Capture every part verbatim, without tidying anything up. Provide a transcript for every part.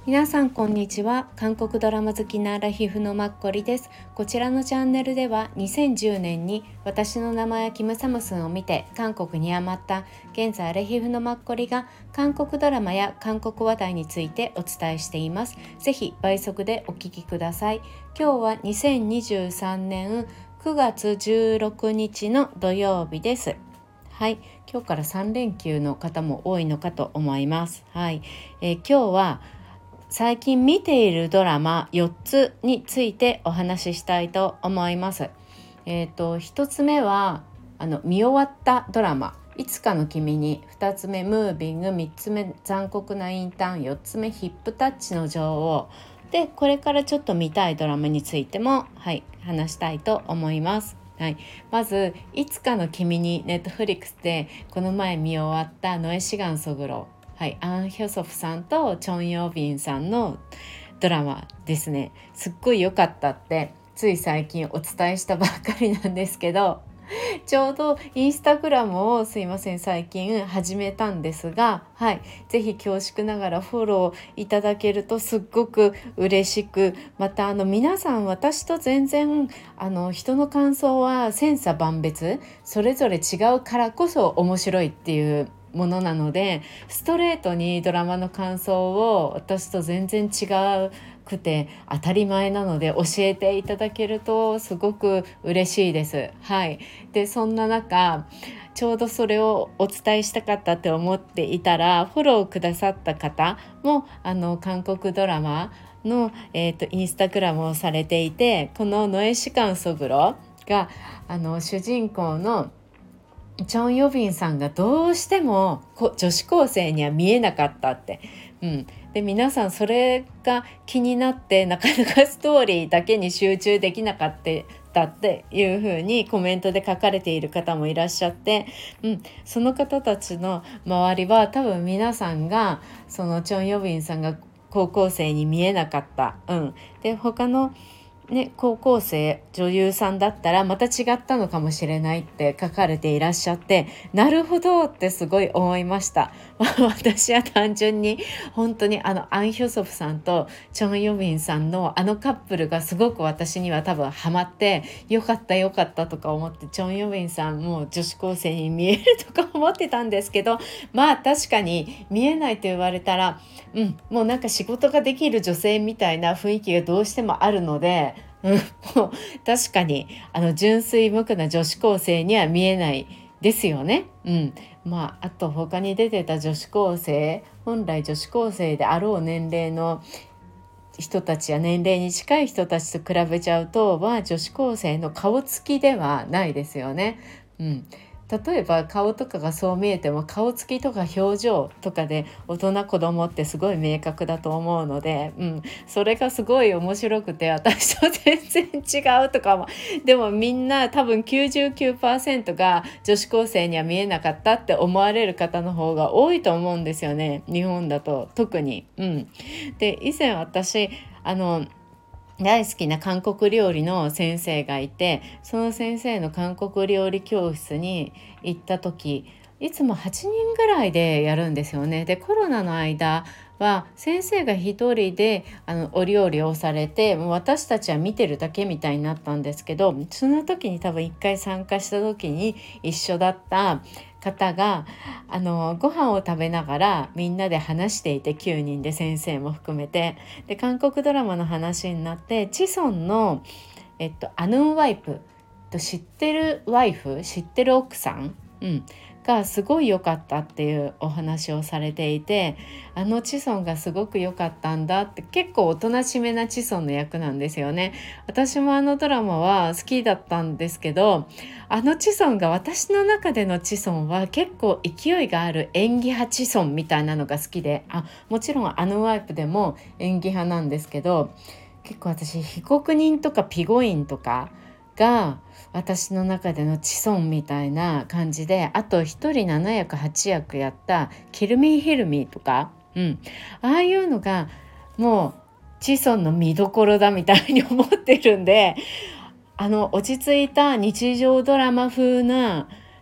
皆さんこんにちは。韓国ドラマ好きなラヒフのマッコリです。こちらのチャンネルではにせんじゅうねんに私の名前はキムサムスンを見て韓国にハマった現在ラヒフのマッコリが韓国ドラマや韓国話題についてお伝えしています。ぜひ倍速でお聞きください。今日はにせんにじゅうさんねんくがつじゅうろくにちの土曜日です。はい、今日からさんれんきゅうの方も多いのかと思います。はい、えー、今日は最近見ているドラマよっつについてお話ししたいと思います。えーと、ひとつめはあの見終わったドラマいつかの君に、ふたつめムービング、みっつめ残酷なインターン、よっつめヒップタッチの女王で、これからちょっと見たいドラマについても、はい、話したいと思います。はい、まずいつかの君に、ネットフリックスでこの前見終わったノエシガンソグロ、はい、アン・ヒョソフさんとチョン・ヨービンさんのドラマですね。すっごい良かったってつい最近お伝えしたばっかりなんですけど、ちょうどインスタグラムをすいません最近始めたんですが、はい、ぜひ恐縮ながらフォローいただけるとすっごく嬉しく、またあの皆さん私と全然あの人の感想は千差万別、それぞれ違うからこそ面白いっていうものなので、ストレートにドラマの感想を私と全然違くて当たり前なので教えていただけるとすごく嬉しいです。はい、でそんな中ちょうどそれをお伝えしたかったって思っていたら、フォローくださった方もあの韓国ドラマの、えーと、インスタグラムをされていて、このノエシカンソグロがあの主人公のチョン・ヨビンさんがどうしても女子高生には見えなかったって、うん、で皆さんそれが気になってなかなかストーリーだけに集中できなかったっていう風にコメントで書かれている方もいらっしゃって、うん、その方たちの周りは多分皆さんがそのチョン・ヨビンさんが高校生に見えなかった、うん、で他のね、高校生女優さんだったらまた違ったのかもしれないって書かれていらっしゃって、なるほどってすごい思いました。私は単純に本当にあのアン・ヒョソフさんとチョン・ヨビンさんのあのカップルがすごく私には多分ハマって、よかったよかったとか思って、チョン・ヨビンさんも女子高生に見えるとか思ってたんですけど、まあ確かに見えないと言われたら、うん、もうなんか仕事ができる女性みたいな雰囲気がどうしてもあるので、うん、もう確かにあの純粋無垢な女子高生には見えないですよね。うん、まああと他に出てた女子高生、本来女子高生であろう年齢の人たちや年齢に近い人たちと比べちゃうと、まあ、女子高生の顔つきではないですよね。うん、例えば顔とかがそう見えても顔つきとか表情とかで大人子供ってすごい明確だと思うので、うん、それがすごい面白くて、私と全然違うとかも、でもみんな多分 きゅうじゅうきゅうパーセント が女子高生には見えなかったって思われる方の方が多いと思うんですよね、日本だと特に。うん、で以前私あの大好きな韓国料理の先生がいて、その先生の韓国料理教室に行った時、いつもはちにんぐらいでやるんですよね。でコロナの間は先生が一人であのお料理をされて、もう私たちは見てるだけみたいになったんですけど、その時に多分一回参加した時に一緒だった方があのご飯を食べながらみんなで話していて、きゅうにんで先生も含めて、で韓国ドラマの話になって、チソンの、えっと、アヌンワイプと知ってるワイフ、知ってる奥さん、うん、がすごい良かったっていうお話をされていて、あのチソンがすごく良かったんだって、結構おとなしめなチソンの役なんですよね。私もあのドラマは好きだったんですけど、あのチソンが私の中でのチソンは結構勢いがある演技派チソンみたいなのが好きで、あもちろんあのワイプでも演技派なんですけど、結構私被告人とかピゴインとかが私の中でのチソンみたいな感じで、あと一人ななやくはちやくやったキルミーヒルミーとか、うん、ああいうのがもうチソンの見どころだみたいに思ってるんで、あの落ち着いた日常ドラマ風な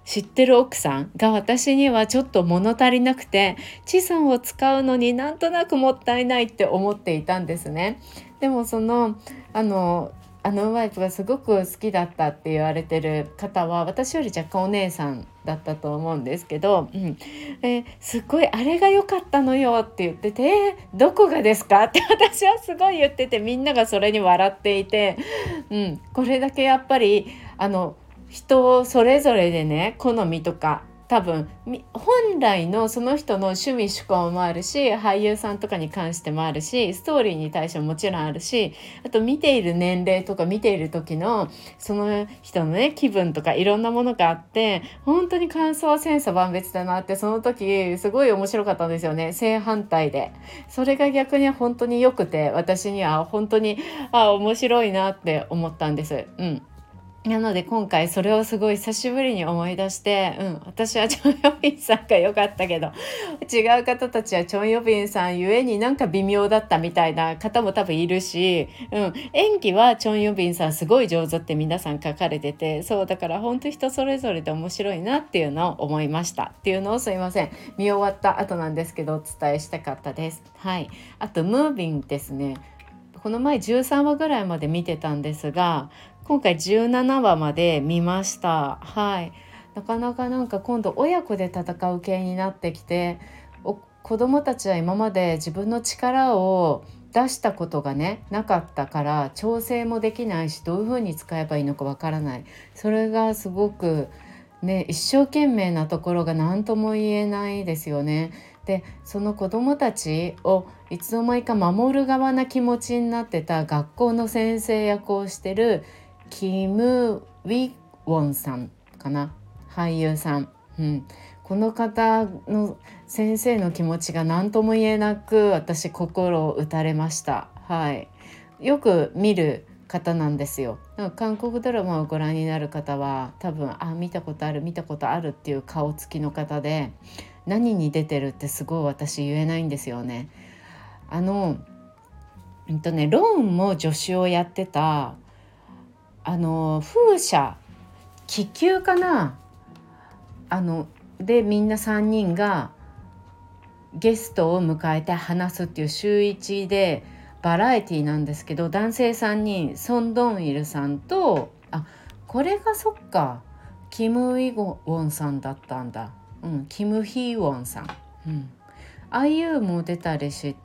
知ってる奥さんが私にはちょっと物足りなくて、資産を使うのになんとなくもったいないって思っていたんですね。でもそのあのあのワイプがすごく好きだったって言われてる方は私より若干お姉さんだったと思うんですけど、うんえーすっごいあれが良かったのよって言ってて、えーどこがですかって私はすごい言ってて、みんながそれに笑っていて、うん、これだけやっぱりあの人それぞれでね、好みとか多分本来のその人の趣味趣向もあるし、俳優さんとかに関してもあるし、ストーリーに対してももちろんあるし、あと見ている年齢とか見ている時のその人のね気分とかいろんなものがあって、本当に感想は千差万別だなって、その時すごい面白かったんですよね。正反対でそれが逆に本当に良くて、私には本当にあ面白いなって思ったんです。うんなので今回それをすごい久しぶりに思い出して、うん、私はチョン・ヨビンさんが良かったけど、違う方たちはチョン・ヨビンさんゆえになんか微妙だったみたいな方も多分いるし、うん、演技はチョン・ヨビンさんすごい上手って皆さん書かれてて、そうだから本当人それぞれで面白いなっていうのを思いましたっていうのを、すいません見終わった後なんですけどお伝えしたかったです。はい、あとムービンですね。この前じゅうさんわぐらいまで見てたんですが、今回じゅうななわまで見ました。はい、なかなかなんか今度親子で戦う系になってきて、お子供たちは今まで自分の力を出したことがねなかったから、調整もできないし、どういう風に使えばいいのかわからない。それがすごくね、一生懸命なところが何とも言えないですよね。でその子どもたちをいつの間にか守る側な気持ちになってた学校の先生役をしてるキム・ウィウォンさんかな、俳優さん、うん、この方の先生の気持ちが何とも言えなく、私心を打たれました。はい、よく見る方なんですよ。なんか韓国ドラマをご覧になる方は多分あ見たことある見たことあるっていう顔つきの方で、何に出てるってすごい私言えないんですよね。あのうんとねローンも助手をやってたあの風車気球かな、あのでみんなさんにんがゲストを迎えて話すっていう週いちでバラエティなんですけど、男性さんにんソン・ドンイルさんと、あこれがそっかキム・イゴウォンさんだったんだ、うん、キム・ヒーウォンさん、うん、アイユー も出たりして、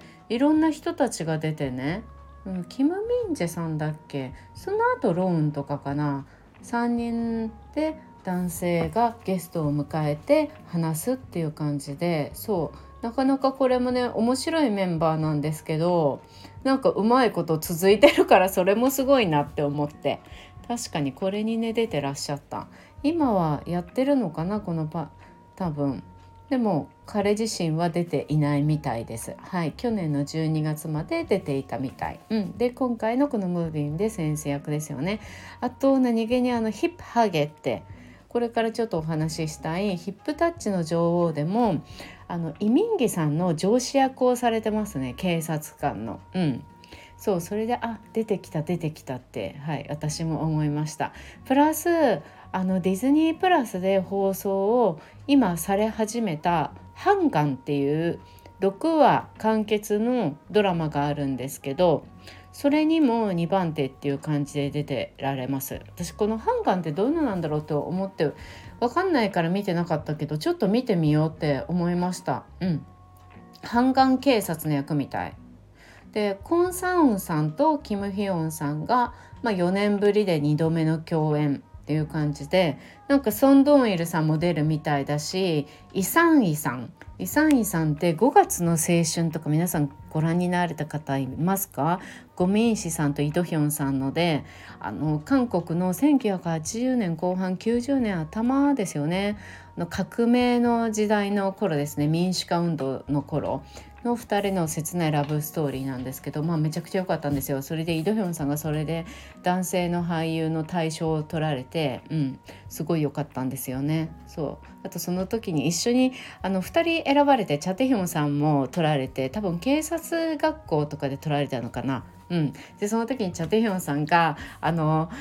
いろんな人たちが出てね、うん、キム・ミンジェさんだっけ、その後ローンとかかな、さんにんで男性がゲストを迎えて話すっていう感じで、そうなかなかこれもね面白いメンバーなんですけど、なんかうまいこと続いてるからそれもすごいなって思って、確かにこれにね出てらっしゃった。今はやってるのかなこのパ多分。でも彼自身は出ていないみたいです。はい、去年のじゅうにがつまで出ていたみたい。うん、で今回のこのムービーで先生役ですよね。あと何気にあのヒップハゲってこれからちょっとお話ししたいヒップタッチの女王でもあのイミンギさんの上司役をされてますね、警察官の。うんそうそれであ出てきた出てきたって、はい、私も思いました。プラスあのディズニープラスで放送を今され始めたハンガンっていうろくわ完結のドラマがあるんですけど、それにもにばん手っていう感じで出てられます。私このハンガンってどういうのなんだろうと思って分かんないから見てなかったけど、ちょっと見てみようって思いました。うんハンガン警察の役みたいで、コン・サウンさんとキム・ヒヨンさんが、まあ、よねんぶりでにどめの共演っていう感じで、なんかソン・ドンイルさんも出るみたいだし、イ・サンイさんイ・サンイさんってごがつの青春とか皆さんご覧になられた方いますか？ゴミンシさんとイ・ドヒョンさんので、あの韓国のせんきゅうひゃくはちじゅうねんこう半きゅうじゅうねん頭ですよねの革命の時代の頃ですね、民主化運動の頃のふたりの切ないラブストーリーなんですけど、まあ、めちゃくちゃ良かったんですよ。それでイ・ドヒョンさんがそれで男性の俳優の大賞を取られて、うん、すごい良かったんですよね。そうあとその時に一緒にあのふたり選ばれて、チャテヒョンさんも取られて、多分警察学校とかで取られたのかな。うん、でその時にチャテヒョンさんがあの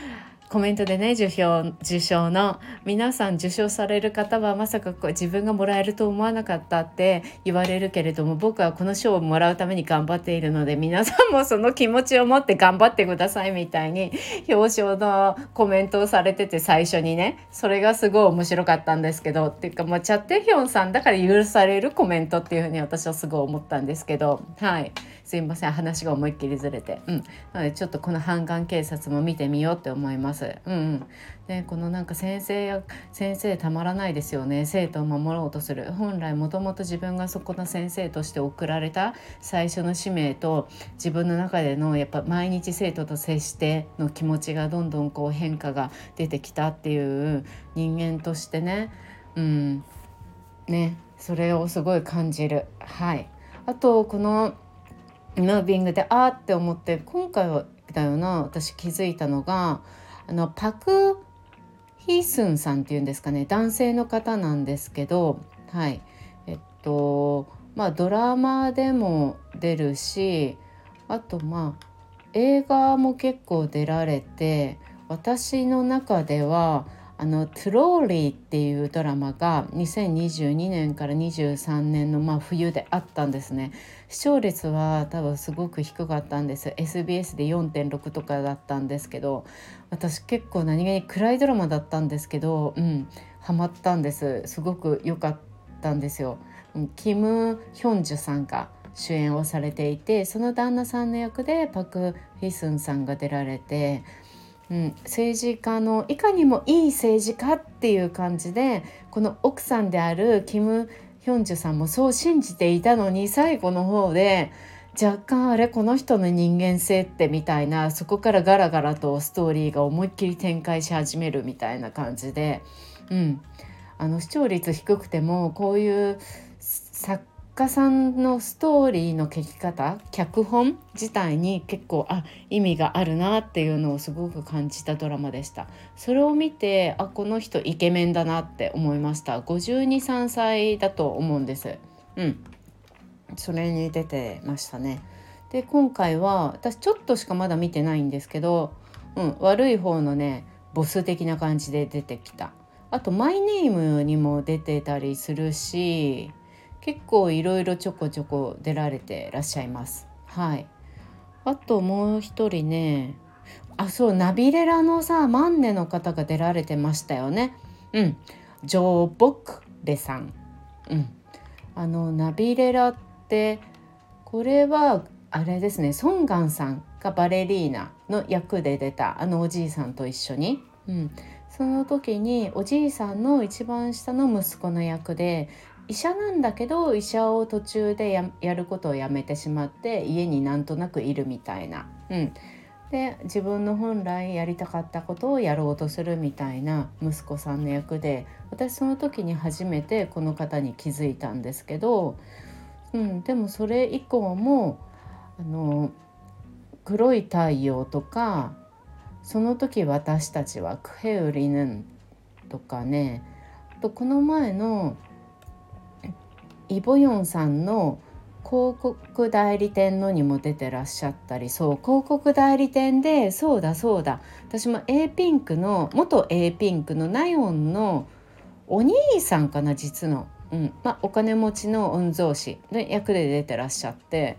コメントでね、受賞受賞の皆さん、受賞される方はまさかこう自分がもらえると思わなかったって言われるけれども、僕はこの賞をもらうために頑張っているので、皆さんもその気持ちを持って頑張ってくださいみたいに表彰のコメントをされてて、最初にね、それがすごい面白かったんですけど、っていうか、まあ、チャッテヒョンさんだから許されるコメントっていうふうに私はすごい思ったんですけど、はい、すいません、話が思いっきりずれて、うん、なのでちょっとこの半眼警察も見てみようって思います。うんうん、でこのなんか先生や先生たまらないですよね。生徒を守ろうとする、本来もともと自分がそこの先生として送られた最初の使命と、自分の中でのやっぱ毎日生徒と接しての気持ちがどんどんこう変化が出てきたっていう人間としてね、うんね、それをすごい感じる。はい、あとこのムービングであーって思って、今回はだよな、私気づいたのが、あのパク・ヒスンさんっていうんですかね、男性の方なんですけど、はいえっとまあドラマでも出るし、あとまあ映画も結構出られて、私の中ではあのトゥローリーっていうドラマがにせんにじゅうにねんからにじゅうさんねんのまあ冬であったんですね。視聴率は多分すごく低かったんです。 エスビーエス で よんてんろく とかだったんですけど、私結構何気に暗いドラマだったんですけど、うんハマったんです。すごく良かったんですよ。キム・ヒョンジュさんが主演をされていて、その旦那さんの役でパク・フィスンさんが出られて、うん、政治家のいかにもいい政治家っていう感じで、この奥さんであるキム・ヒョンジュさんもそう信じていたのに、最後の方で若干あれこの人の人間性ってみたいな、そこからガラガラとストーリーが思いっきり展開し始めるみたいな感じで、うん、あの視聴率低くてもこういう作家さんのストーリーの書き方、脚本自体に結構あ意味があるなっていうのをすごく感じたドラマでした。それを見て、あこの人イケメンだなって思いました。ごじゅうに、さんさいだと思うんです。うんそれに出てましたね。で今回は私ちょっとしかまだ見てないんですけど、うん、悪い方のねボス的な感じで出てきた。あとマイネームにも出てたりするし、結構いろいろちょこちょこ出られてらっしゃいます。はい。あともう一人ね、あそうナビレラのさマンネの方が出られてましたよね。うんジョー・ボクレさん。うんあのナビレラってこれはあれですね、ソンガンさんがバレリーナの役で出たあのおじいさんと一緒に、うん、その時におじいさんの一番下の息子の役で、医者なんだけど医者を途中で や, やることをやめてしまって家になんとなくいるみたいな、うん、で自分の本来やりたかったことをやろうとするみたいな息子さんの役で、私その時に初めてこの方に気づいたんですけど、うん、でもそれ以降もあの黒い太陽とか、その時私たちはクヘウリヌンとかね、あとこの前のイボヨンさんの広告代理店のにも出てらっしゃったり、そう広告代理店で、そうだそうだ、私も A ピンクの元 A ピンクのナヨンのお兄さんかな実の、うんまあ、お金持ちの御曹司の役で出てらっしゃって、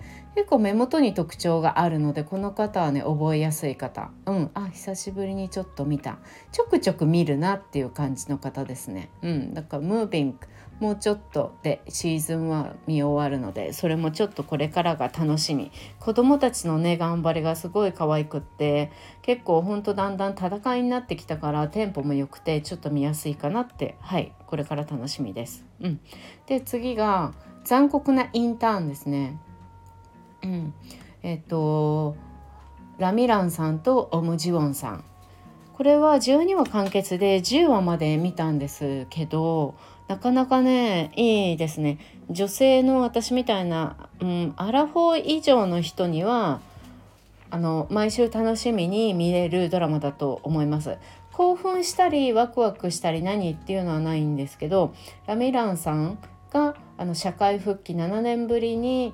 結構目元に特徴があるので、この方はね覚えやすい方、うんあ久しぶりにちょっと見た、ちょくちょく見るなっていう感じの方ですね。うんだからムービングもうちょっとでシーズンは見終わるので、それもちょっとこれからが楽しみ。子供たちのね頑張りがすごい可愛くって、結構ほんとだんだん戦いになってきたからテンポも良くてちょっと見やすいかなって、はいこれから楽しみです。うん、で次が残酷なインターンですね。うんえっとラミランさんとオムジウォンさん、これはじゅうにわ完結でじゅうわまで見たんですけど、なかなかねいいですね。女性の私みたいな、うん、アラフォー以上の人にはあの毎週楽しみに見れるドラマだと思います。興奮したりワクワクしたり何っていうのはないんですけど、ラミランさんがあの社会復帰ななねんぶりに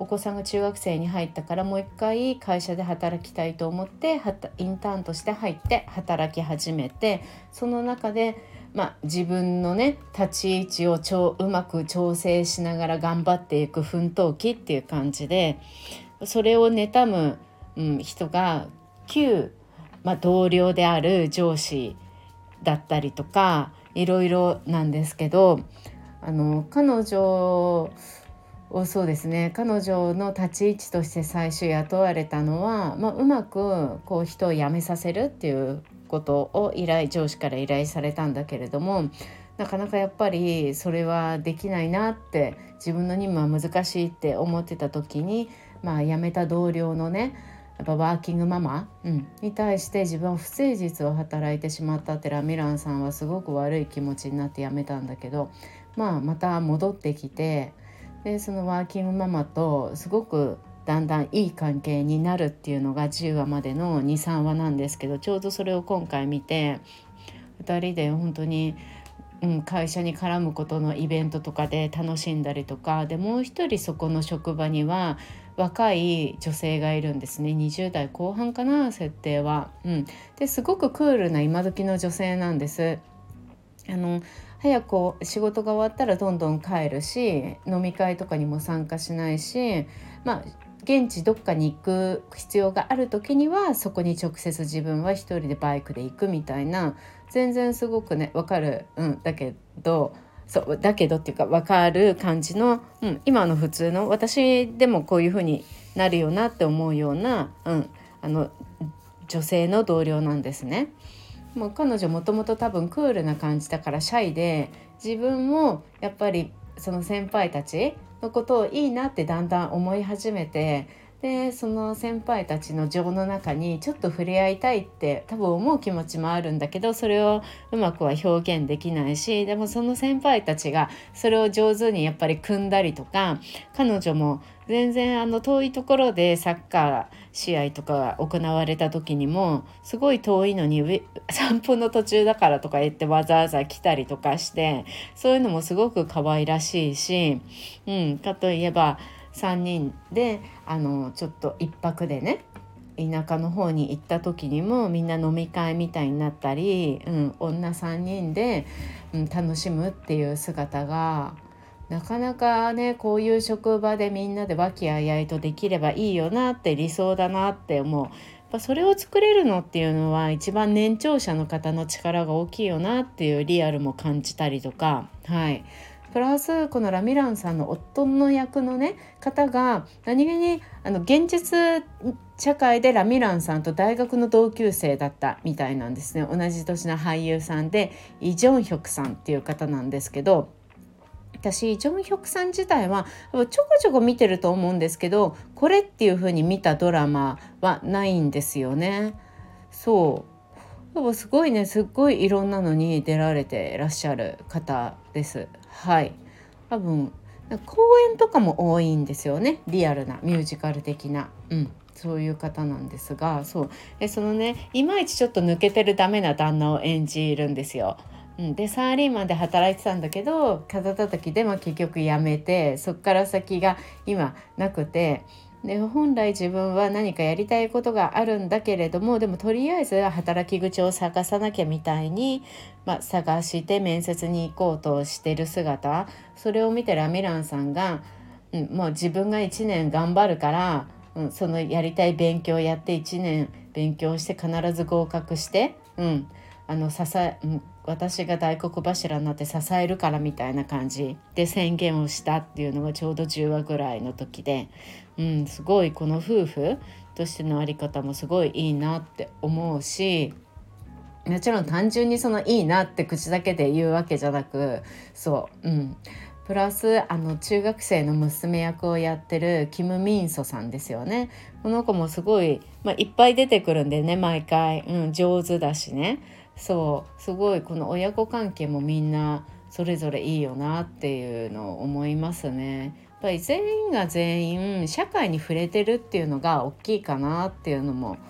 お子さんが中学生に入ったからもう一回会社で働きたいと思ってインターンとして入って働き始めて、その中で、まあ、自分のね立ち位置を超うまく調整しながら頑張っていく奮闘期っていう感じで、それを妬む、うん、人が旧、まあ、同僚である上司だったりとかいろいろなんですけど、あの彼女をそうですね彼女の立ち位置として最初雇われたのは、まあ、うまくこう人を辞めさせるっていうことを依頼上司から依頼されたんだけれども、なかなかやっぱりそれはできないなって、自分の任務は難しいって思ってた時に、まあ、辞めた同僚のねやっぱワーキングママ、うん、に対して自分は不誠実を働いてしまったってラミランさんはすごく悪い気持ちになって辞めたんだけど、まあ、また戻ってきて、でそのワーキングママとすごくだんだんいい関係になるっていうのがじゅうわまでの に,さん 話なんですけど、ちょうどそれを今回見てふたりで本当に、うん、会社に絡むことのイベントとかで楽しんだりとかで、もう一人そこの職場には若い女性がいるんですね。にじゅう代後半かな設定は、うん、ですごくクールな今時の女性なんです。あの早く仕事が終わったらどんどん帰るし、飲み会とかにも参加しないし、まあ現地どっかに行く必要がある時にはそこに直接自分は一人でバイクで行くみたいな、全然すごくね分かる、うん、だけどそうだけどっていうか分かる感じの、うん、今の普通の私でもこういう風になるよなって思うような、うん、あの女性の同僚なんですね。もう彼女もともと多分クールな感じだからシャイで、自分もやっぱりその先輩たちのことをいいなってだんだん思い始めて、でその先輩たちの情の中にちょっと触れ合いたいって多分思う気持ちもあるんだけど、それをうまくは表現できないし、でもその先輩たちがそれを上手にやっぱり組んだりとか、彼女も全然あの遠いところでサッカー試合とかが行われた時にもすごい遠いのに散歩の途中だからとか言ってわざわざ来たりとかして、そういうのもすごく可愛らしいし、うん、かといえばさんにんであのちょっと一泊でね田舎の方に行った時にもみんな飲み会みたいになったり、うん、女さんにんで、うん、楽しむっていう姿がなかなかね、こういう職場でみんなで和気あいあいとできればいいよなって、理想だなって思う。やっぱそれを作れるのっていうのは一番年長者の方の力が大きいよなっていうリアルも感じたりとか、はい。プラスこのラミランさんの夫の役のね方が何気にあの現実社会でラミランさんと大学の同級生だったみたいなんですね。同じ年の俳優さんでイ・ジョンヒョクさんっていう方なんですけど、私ジョンヒョクさん自体はちょこちょこ見てると思うんですけど、これっていう風に見たドラマはないんですよね。そうでもすごいね、すっごいいろんなのに出られていらっしゃる方です。はい。多分公演とかも多いんですよね。リアルなミュージカル的な、うん、そういう方なんですが、そうえそのねいまいちちょっと抜けてるダメな旦那を演じるんですよ。うん、でサラリーマンで働いてたんだけど肩叩きでも結局辞めて、そっから先が今なくて、で本来自分は何かやりたいことがあるんだけれども、でもとりあえず働き口を探さなきゃみたいに、まあ、探して面接に行こうとしてる姿、それを見てラミランさんが、うん、もう自分がいちねん頑張るから、うん、そのやりたい勉強をやっていちねん勉強して必ず合格して、うん、あの支え、うん、私が大黒柱になって支えるからみたいな感じで宣言をしたっていうのがちょうどじゅうわぐらいの時で、うん、すごいこの夫婦としてのあり方もすごいいいなって思うし、もちろん単純にそのいいなって口だけで言うわけじゃなく、そう、うん、プラスあの中学生の娘役をやってるキム・ミンソさんですよね。この子もすごい、まあ、いっぱい出てくるんでね毎回、うん、上手だしね。そうすごいこの親子関係もみんなそれぞれいいよなっていうのを思いますね。やっぱり全員が全員社会に触れてるっていうのが大きいかなっていうのも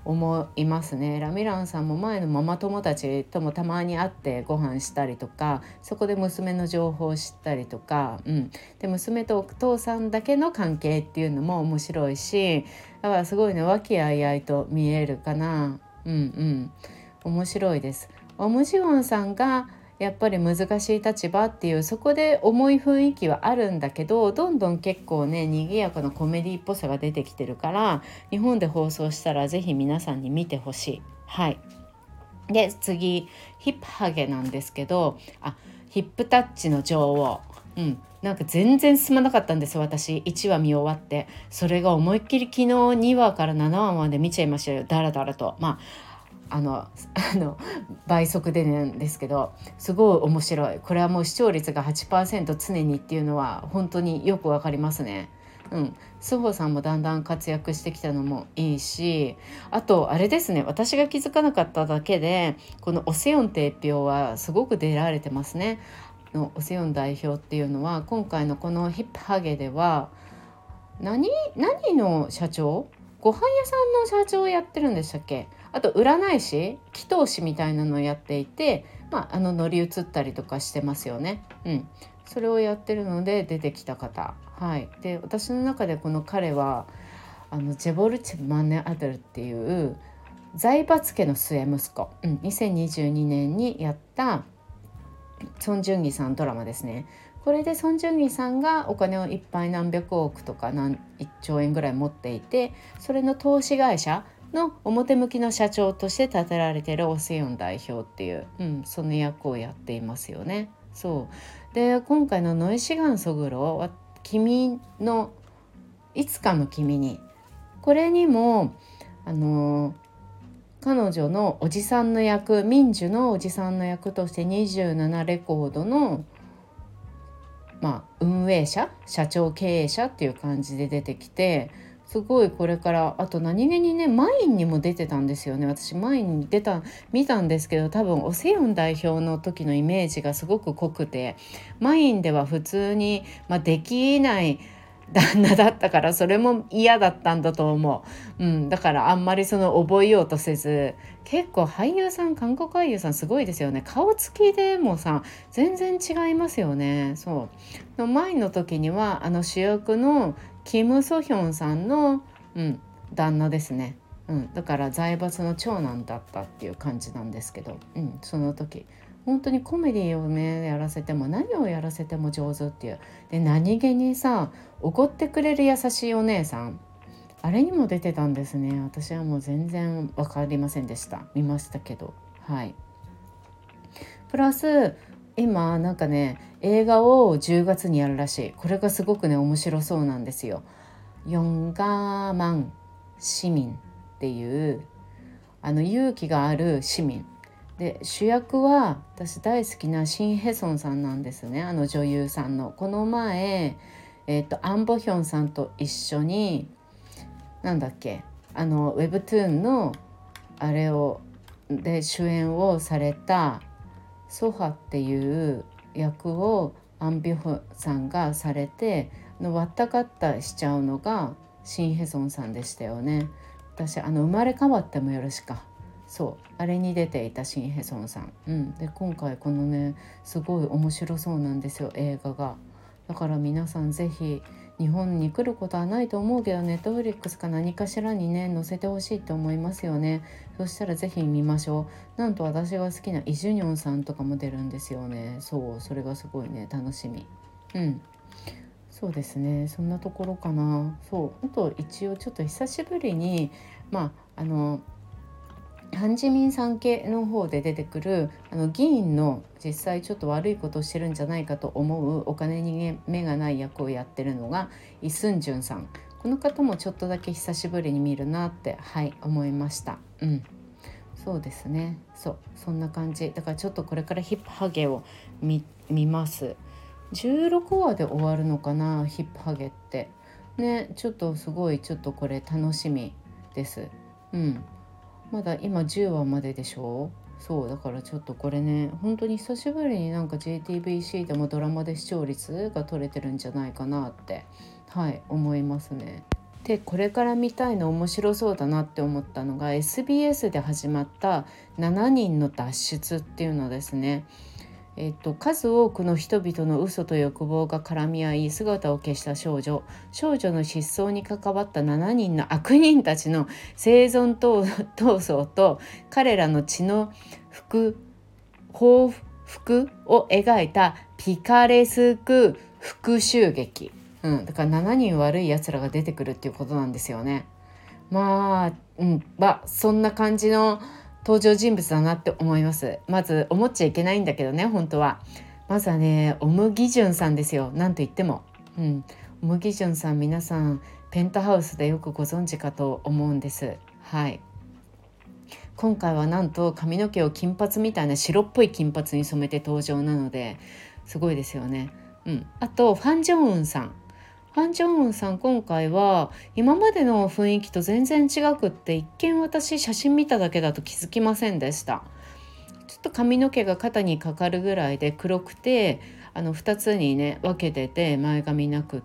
思いますね。ラミランさんも前のママ友達ともたまに会ってご飯したりとか、そこで娘の情報を知ったりとか、うん、で娘とお父さんだけの関係っていうのも面白いし、だからすごいね和気あいあいと見えるかな。うんうん、面白いです。オムジウォンさんがやっぱり難しい立場っていう、そこで重い雰囲気はあるんだけど、どんどん結構ね賑やかなコメディっぽさが出てきてるから、日本で放送したらぜひ皆さんに見てほしい。はい。で次ヒップハゲなんですけど、あヒップタッチの女王、うん、なんか全然進まなかったんですよ私。いちわ見終わって、それが思いっきり昨日にわからななわまで見ちゃいましたよ、だらだらと。まああのあの倍速でなんですけど、すごい面白い。これはもう視聴率が はちパーセント 常にっていうのは本当によくわかりますね。うん、スホさんもだんだん活躍してきたのもいいし、あとあれですね、私が気づかなかっただけでこのオセヨンテイピョはすごく出られてますね。のオセヨン代表っていうのは今回のこのヒップハゲでは何何の社長、ご飯屋さんの社長をやってるんでしたっけ。あと占い師、祈祷師みたいなのをやっていて、まあ、あの乗り移ったりとかしてますよね。うん、それをやってるので出てきた方。はい。で私の中でこの彼はあのジェボルチェ・マネアドルっていう財閥家の末息子、うん、にせんにじゅうにねんにやったソン・ジュンギさんドラマですね。これでソン・ジュンギさんがお金をいっぱい何百億とか何いっちょうえんぐらい持っていて、それの投資会社の表向きの社長として立てられているオセヨン代表っていう、うん、その役をやっていますよね。そうで今回のノイシガンソグロは君のいつかの君に、これにもあの彼女のおじさんの役、民樹のおじさんの役としてにじゅうななレコードの、まあ、運営者、社長経営者っていう感じで出てきて、すごいこれから、あと何気にねマインにも出てたんですよね。私マインに出た見たんですけど、多分オセヨン代表の時のイメージがすごく濃くて、マインでは普通に、まあ、できない旦那だったからそれも嫌だったんだと思う、うん、だからあんまりその覚えようとせず、結構俳優さん、韓国俳優さんすごいですよね。顔つきでもさ全然違いますよね。そうの前の時にはあの主役のキム・ソヒョンさんの、うん、旦那ですね、うん、だから財閥の長男だったっていう感じなんですけど、うん、その時本当にコメディをねやらせても何をやらせても上手っていう。で何気にさ怒ってくれる優しいお姉さん、あれにも出てたんですね。私はもう全然分かりませんでした。見ましたけど、はい。プラス今なんかね映画をじゅうがつにやるらしい。これがすごくね面白そうなんですよ。ヨンガーマン市民っていうあの勇気がある市民で、主役は私大好きなシン・ヘソンさんなんですね。あの女優さんのこの前、えー、とアン・ボヒョンさんと一緒になんだっけ、あのウェブトゥーンのあれをで主演をされたソハっていう役をアン・ビョンさんがされて、の割ったかったしちゃうのがシン・ヘソンさんでしたよね。私あの生まれ変わってもよろしか、そうあれに出ていたシン・ヘソンさん、うん、で今回このねすごい面白そうなんですよ映画が。だから皆さんぜひ日本に来ることはないと思うけど、ネットフリックスか何かしらにね載せてほしいと思いますよね。そしたらぜひ見ましょう。なんと私が好きなイ・ジュニョンさんとかも出るんですよね。そうそれがすごいね楽しみ。うん、そうですね、そんなところかな。そうあと一応ちょっと久しぶりにまああのハンジミンさん系の方で出てくるあの議員の実際ちょっと悪いことをしてるんじゃないかと思うお金に目がない役をやってるのがイ・スンジュンさん。この方もちょっとだけ久しぶりに見るなってはい思いました。うん、そうですね、そうそんな感じだからちょっとこれからヒップハゲを 見, 見ます。じゅうろくわで終わるのかなヒップハゲってね。ちょっとすごいちょっとこれ楽しみです。うん、まだ今じゅうわまででしょ。そうだからちょっとこれね本当に久しぶりになんか ジェイティーブイシー でもドラマで視聴率が取れてるんじゃないかなってはい思いますね。 でこれから見たいの面白そうだなって思ったのが エスビーエス で始まったしちにんの脱出っていうのですね。えっと、数多くの人々の嘘と欲望が絡み合い姿を消した少女少女の失踪に関わったしちにんの悪人たちの生存闘争と彼らの血の復報復を描いたピカレスク復讐劇、うん、だからしちにん悪いやつらが出てくるっていうことなんですよね。まあ、うん、まあそんな感じの登場人物だなって思います。まず思っちゃいけないんだけどね、本当はまずはねオムギジュンさんですよ。なんと言っても、うん、オムギジュンさん、皆さんペンタハウスでよくご存知かと思うんです。はい、今回はなんと髪の毛を金髪みたいな白っぽい金髪に染めて登場なのですごいですよね。うん、あとファン・ジョンウンさんファン・ジョンウンさん、今回は今までの雰囲気と全然違くって、一見私写真見ただけだと気づきませんでした。ちょっと髪の毛が肩にかかるぐらいで黒くて、あのふたつにね分けてて前髪なくって、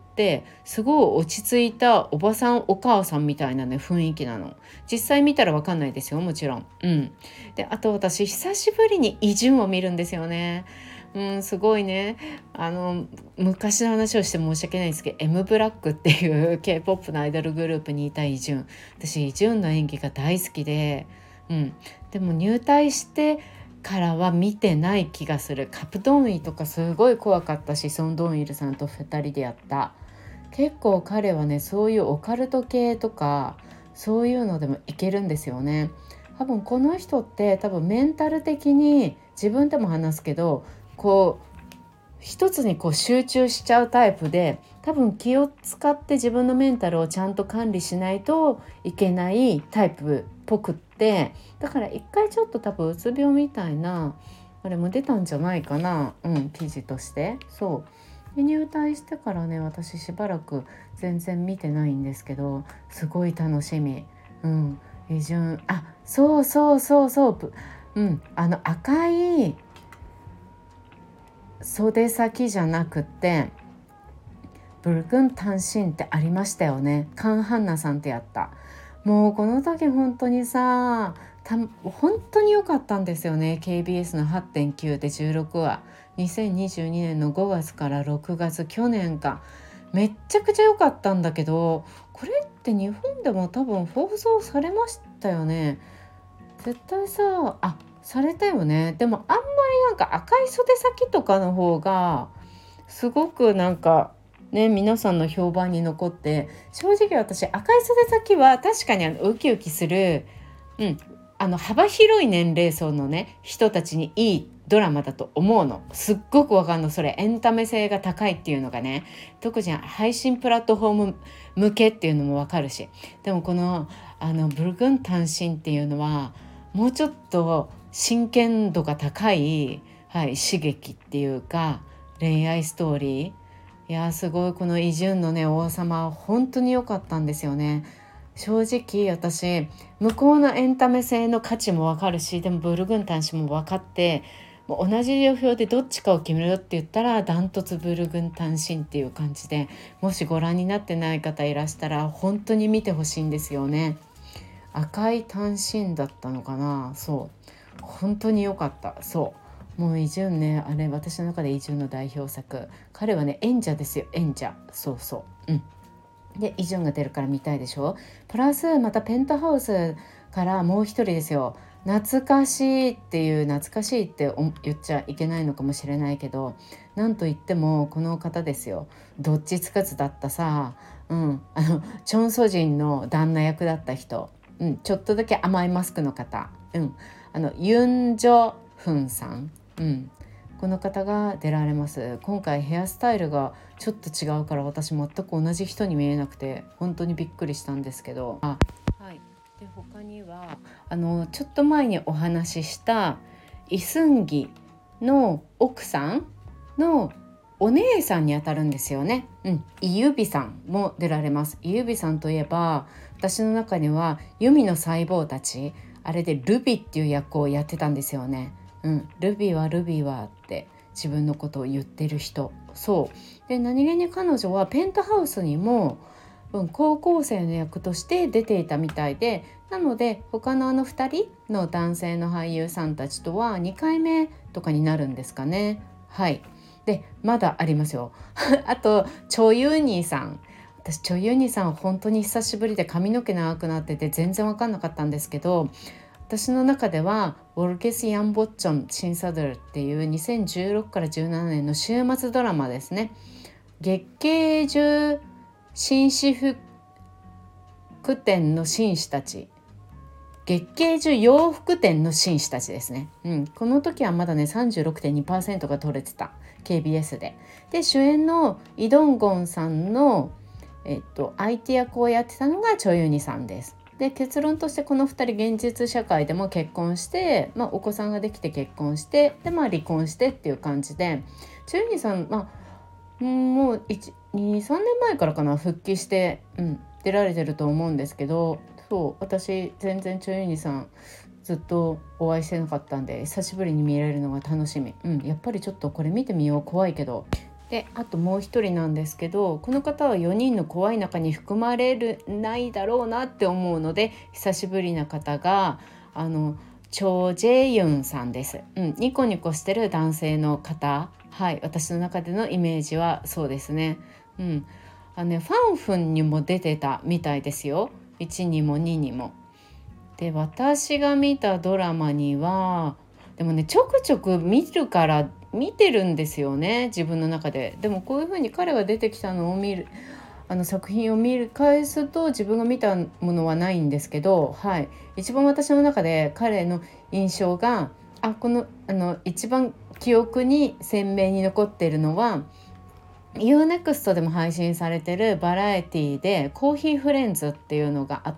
すごい落ち着いたおばさんお母さんみたいなね雰囲気なの。実際見たら分かんないですよ、もちろん。うん。であと私久しぶりにイジュンを見るんですよね。うん、すごいね。あの昔の話をして申し訳ないんですけど、 エム ブラックっていう K-ポップ のアイドルグループにいたイジュン、私イジュンの演技が大好きで、うん、でも入隊してからは見てない気がする。カプドンイとかすごい怖かったし、ソン・ドンイルさんとふたりでやった。結構彼はねそういうオカルト系とかそういうのでもいけるんですよね。多分この人って多分メンタル的に、自分でも話すけど、こう一つにこう集中しちゃうタイプで、多分気を使って自分のメンタルをちゃんと管理しないといけないタイプっぽくって、だから一回ちょっと多分うつ病みたいなあれも出たんじゃないかな、うん、記事として。そうで入隊してからね私しばらく全然見てないんですけど、すごい楽しみ。うん、イジュン、あ、そうそうそうそう、うん、あの赤い袖先じゃなくてブルグン単身ってありましたよね。カン・ハンナさんってやった。もうこの時本当にさた本当に良かったんですよね。 ケービーエス の はちてんきゅう でじゅうろくわ、にせんにじゅうにねんのごがつからろくがつ、去年か、めっちゃくちゃ良かったんだけど、これって日本でも多分放送されましたよね。絶対さあされたよね。でもあんまりなんか赤い袖先とかの方がすごくなんかね皆さんの評判に残って、正直私赤い袖先は確かにあのウキウキする、うん、あの幅広い年齢層のね人たちにいいドラマだと思うの。すっごくわかんの、それエンタメ性が高いっていうのがね、特に配信プラットフォーム向けっていうのもわかるし。でもこのあのブルグン単身っていうのはもうちょっと真剣度が高い、はい、刺激っていうか恋愛ストーリー、いやすごいこのイ・ジュンのね王様は本当に良かったんですよね。正直私向こうのエンタメ性の価値も分かるし、でもブルグン単身も分かって、もう同じ土俵でどっちかを決めるって言ったらダントツブルグン単身っていう感じで、もしご覧になってない方いらしたら本当に見てほしいんですよね。赤い単身だったのかな。そう本当に良かった。そうもうイ・ジュンね、あれ私の中でイ・ジュンの代表作。彼はね演者ですよ、演者。そうそう、うんでイ・ジュンが出るから見たいでしょ。プラスまたペンタハウスからもう一人ですよ。懐かしいっていう、懐かしいって言っちゃいけないのかもしれないけど、なんといってもこの方ですよ。どっちつかずだったさ、うん、あのチョン・ソジンの旦那役だった人、うん、ちょっとだけ甘いマスクの方、うん、あのユン・ジョフンさん、うん、この方が出られます。今回ヘアスタイルがちょっと違うから私全く同じ人に見えなくて本当にびっくりしたんですけど、あ、はい、で他にはあのちょっと前にお話ししたイ・スンギの奥さんのお姉さんにあたるんですよね。うん、イ・ユビさんも出られます。イ・ユビさんといえば私の中にはユミの細胞たち、あれでルビっていう役をやってたんですよね。うん、ルビーはルビーはって自分のことを言ってる人。そうで何気に彼女はペンタハウスにも分高校生の役として出ていたみたいで、なので他のあのふたりの男性の俳優さんたちとはにかいめとかになるんですかね。はい。でまだありますよあとチョ・ユニさん。私チョ・ユニさん本当に久しぶりで髪の毛長くなってて全然分かんなかったんですけど、私の中ではウォルケス・ヤンボッチョン・シンサドルっていうにせんじゅうろくからじゅうななねんの週末ドラマですね。月桂樹紳士服店の紳士たち、月桂樹洋服店の紳士たちですね、うん、この時はまだね さんじゅうろくてんにパーセント が取れてた ケービーエス で。で主演のイ・ドンゴンさんの、えっと、相手役をやってたのがチョ・ユニさんです。で結論としてこのふたり現実社会でも結婚して、まあ、お子さんができて結婚してで、まあ、離婚してっていう感じで、チョ・ユニさん、まあ、もうにさんねんまえからかな復帰して、うん、出られてると思うんですけど、そう私全然チョ・ユニさんずっとお会いしてなかったんで久しぶりに見れるのが楽しみ、うん、やっぱりちょっとこれ見てみよう、怖いけど。であともう一人なんですけど、この方はよにんの怖い中に含まれるないだろうなって思うので久しぶりな方があのチョ・ジェユンさんです、うん、ニコニコしてる男性の方。はい、私の中でのイメージはそうですね。うん、あのねファンフンにも出てたみたいですよ、いちにもににも。で私が見たドラマにはでもねちょくちょく見るから見てるんですよね、自分の中で。でもこういう風に彼が出てきたのを見るあの作品を見る返すと自分が見たものはないんですけど、はい、一番私の中で彼の印象があこのあの一番記憶に鮮明に残っているのは ユーネクスト でも配信されてるバラエティでコーヒーフレンズっていうのがあって、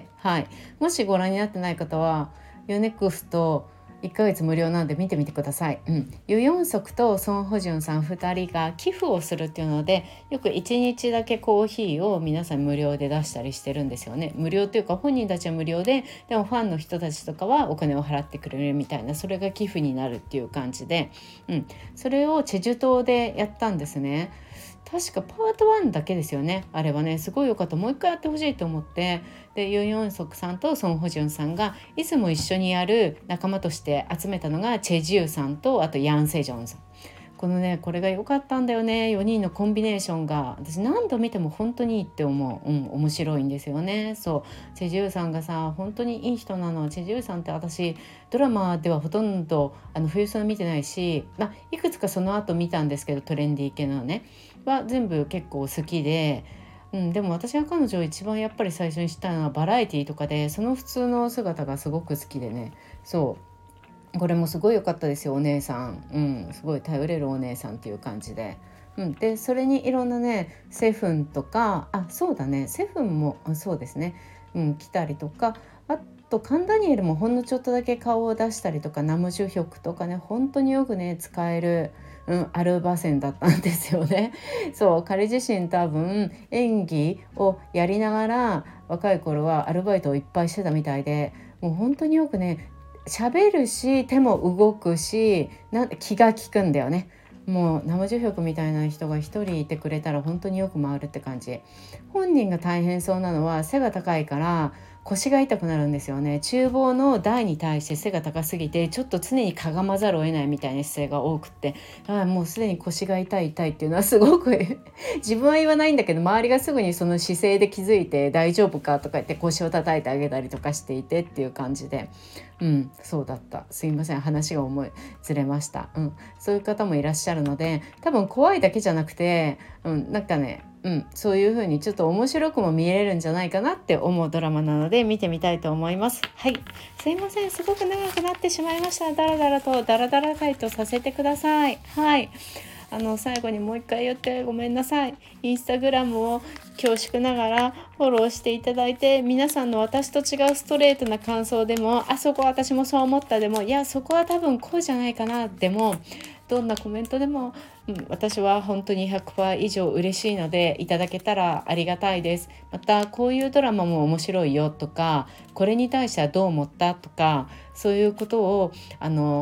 はい、もしご覧になってない方は ユーネクストいっかげつ無料なんで見てみてください、うん、ユ・ヨンソクとソン・ホジュンさんふたりが寄付をするっていうのでよくいちにちだけコーヒーを皆さん無料で出したりしてるんですよね。無料っていうか本人たちは無料ででもファンの人たちとかはお金を払ってくれるみたいな、それが寄付になるっていう感じで、うん、それをチェジュ島でやったんですね。確かパートワンだけですよね、あれはね。すごいよかった、もう一回やってほしいと思って。でユン・ヨンソクさんとソン・ホジュンさんがいつも一緒にやる仲間として集めたのがチェジュさんとあとヤン・セジョンさん。このねこれが良かったんだよね、よにんのコンビネーションが私何度見ても本当にいいって思う、うん、面白いんですよね。そうチェジュさんがさ本当にいい人なの。チェジュさんって私ドラマではほとんどあの冬ソナ見てないし、まあ、いくつかその後見たんですけどトレンディー系のねは全部結構好きで、うん、でも私が彼女を一番やっぱり最初に知ったのはバラエティとかでその普通の姿がすごく好きでね。そうこれもすごい良かったですよ、お姉さん、うん、すごい頼れるお姉さんっていう感じで、うん、でそれにいろんなねセフンとかあそうだねセフンもそうですね、うん、来たりとか、あとカンダニエルもほんのちょっとだけ顔を出したりとか、ナムジュヒョクとかね本当によくね使える、うん、アルバセンだったんですよね。そう彼自身多分演技をやりながら若い頃はアルバイトをいっぱいしてたみたいで、もう本当によくね喋るし手も動くしなん気が利くんだよね。もう生重力みたいな人が一人いてくれたら本当によく回るって感じ。本人が大変そうなのは背が高いから腰が痛くなるんですよね。厨房の台に対して背が高すぎてちょっと常にかがまざるを得ないみたいな姿勢が多くって、あもうすでに腰が痛い痛いっていうのはすごく自分は言わないんだけど周りがすぐにその姿勢で気づいて大丈夫かとか言って腰を叩いてあげたりとかしていてっていう感じで、うんそうだった。すいません話が思いずれました、うん、そういう方もいらっしゃるので多分怖いだけじゃなくて、うん、なんかねうん、そういう風にちょっと面白くも見れるんじゃないかなって思うドラマなので見てみたいと思います。はい、すいませんすごく長くなってしまいました。だらだらとだらだら回答させてください。はい、あの最後にもう一回言ってごめんなさい。インスタグラムを恐縮ながらフォローしていただいて、皆さんの私と違うストレートな感想でも、あそこは私もそう思ったでも、いやそこは多分こうじゃないかなでも、どんなコメントでも、うん、私は本当に ひゃくパーセント 以上嬉しいのでいただけたらありがたいです。またこういうドラマも面白いよとか、これに対してはどう思ったとか、そういうことをあの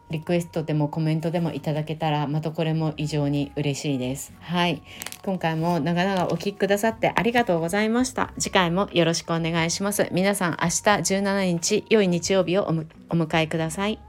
リクエストでもコメントでもいただけたらまたこれも異常に嬉しいです。はい、今回も長々お聞きくださってありがとうございました。次回もよろしくお願いします。皆さん明日じゅうしちにち良い日曜日をお迎えください。